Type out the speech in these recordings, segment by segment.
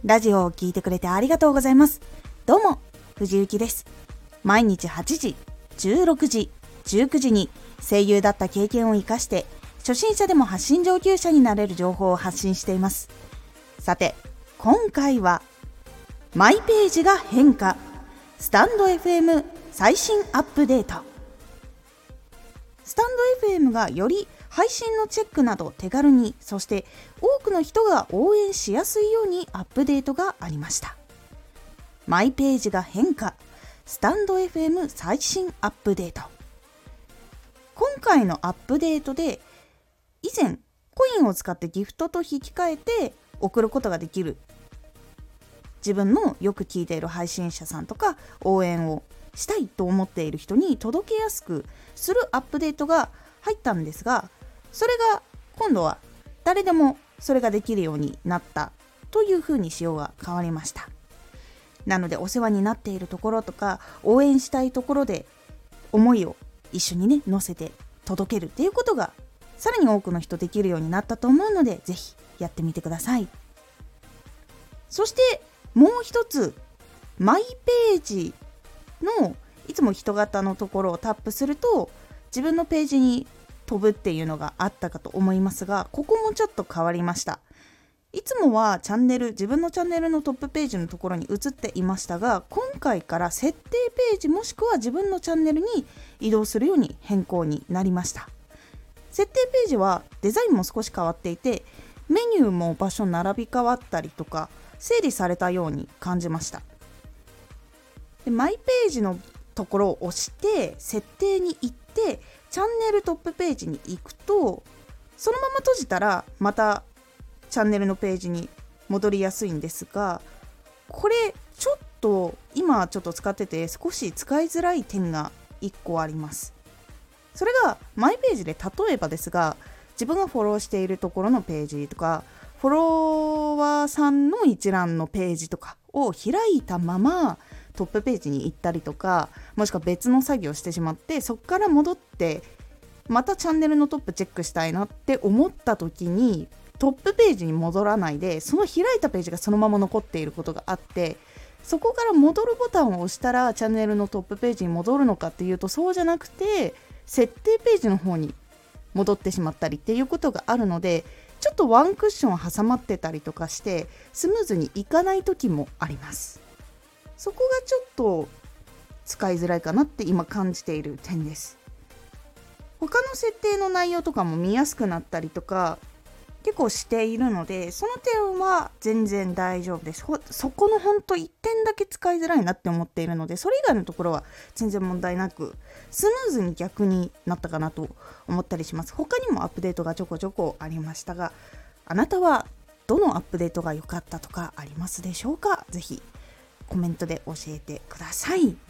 ラジオを聞いてくれてありがとうございます。どうも、藤幸です。毎日8時、16時、19時に声優だった経験を生かして初心者でも発信上級者になれる情報を発信しています。さて、今回はマイページが変化、スタンド FM 最新アップデート。スタンド FM がより配信のチェックなど手軽に、そして多くの人が応援しやすいようにアップデートがありました。マイページが変化、スタンド FM 最新アップデート。今回のアップデートで、以前コインを使ってギフトと引き換えて送ることができる、自分のよく聞いている配信者さんとか応援をしたいと思っている人に届けやすくするアップデートが入ったんですが、それが今度は誰でもそれができるようになったというふうに仕様が変わりました。なので、お世話になっているところとか応援したいところで思いを一緒にね乗せて届けるっていうことがさらに多くの人できるようになったと思うので、ぜひやってみてください。そしてもう一つ、マイページのいつも人型のところをタップすると自分のページに飛ぶっていうのがあったかと思いますが、ここもちょっと変わりました。いつもは自分のチャンネルのトップページのところに移っていましたが、今回から設定ページもしくは自分のチャンネルに移動するように変更になりました。設定ページはデザインも少し変わっていて、メニューも場所並び変わったりとか整理されたように感じました。で、マイページのところを押して設定に行ってチャンネルトップページに行くと、そのまま閉じたらまたチャンネルのページに戻りやすいんですが、これちょっと今ちょっと使ってて少し使いづらい点が1個あります。それがマイページで、例えばですが、自分がフォローしているところのページとかフォロワーさんの一覧のページとかを開いたままトップページに行ったりとか、もしくは別の作業をしてしまってそこから戻ってまたチャンネルのトップチェックしたいなって思った時にトップページに戻らないで、その開いたページがそのまま残っていることがあって、そこから戻るボタンを押したらチャンネルのトップページに戻るのかっていうと、そうじゃなくて設定ページの方に戻ってしまったりっていうことがあるので、ちょっとワンクッション挟まってたりとかしてスムーズにいかない時もあります。そこがちょっと使いづらいかなって今感じている点です。他の設定の内容とかも見やすくなったりとか結構しているので、その点は全然大丈夫です。そこのほんと1点だけ使いづらいなって思っているので、それ以外のところは全然問題なくスムーズに逆になったかなと思ったりします。他にもアップデートがちょこちょこありましたが、あなたはどのアップデートが良かったとかありますでしょうか？ぜひコメントで教えてください。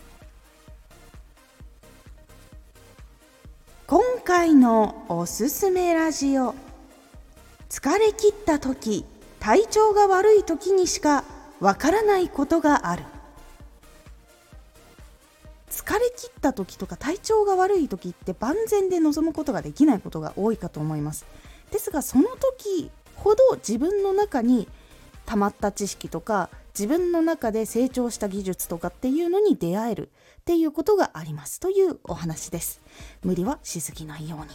今回のおすすめラジオ、疲れ切った時、体調が悪い時にしかわからないことがある。疲れ切った時とか体調が悪い時って万全で臨むことができないことが多いかと思います。ですがその時ほど自分の中に溜まった知識とか自分の中で成長した技術とかっていうのに出会えるっていうことがありますというお話です。無理はしすぎないように。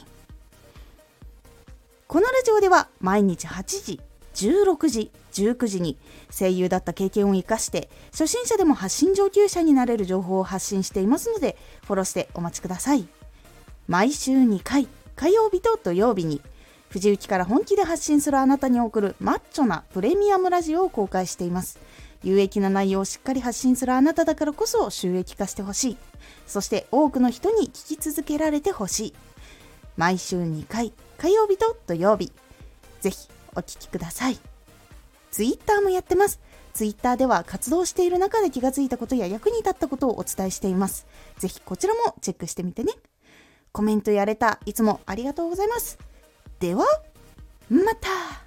このラジオでは毎日8時、16時、19時に声優だった経験を生かして初心者でも発信上級者になれる情報を発信していますので、フォローしてお待ちください。毎週2回、火曜日と土曜日に藤雪から本気で発信するあなたに送るマッチョなプレミアムラジオを公開しています。有益な内容をしっかり発信するあなただからこそ収益化してほしい。そして多くの人に聞き続けられてほしい。毎週2回、火曜日と土曜日、ぜひお聞きください。ツイッターもやってます。ツイッターでは活動している中で気がついたことや役に立ったことをお伝えしています。ぜひこちらもチェックしてみてね。コメントやれた、いつもありがとうございます。ではまた。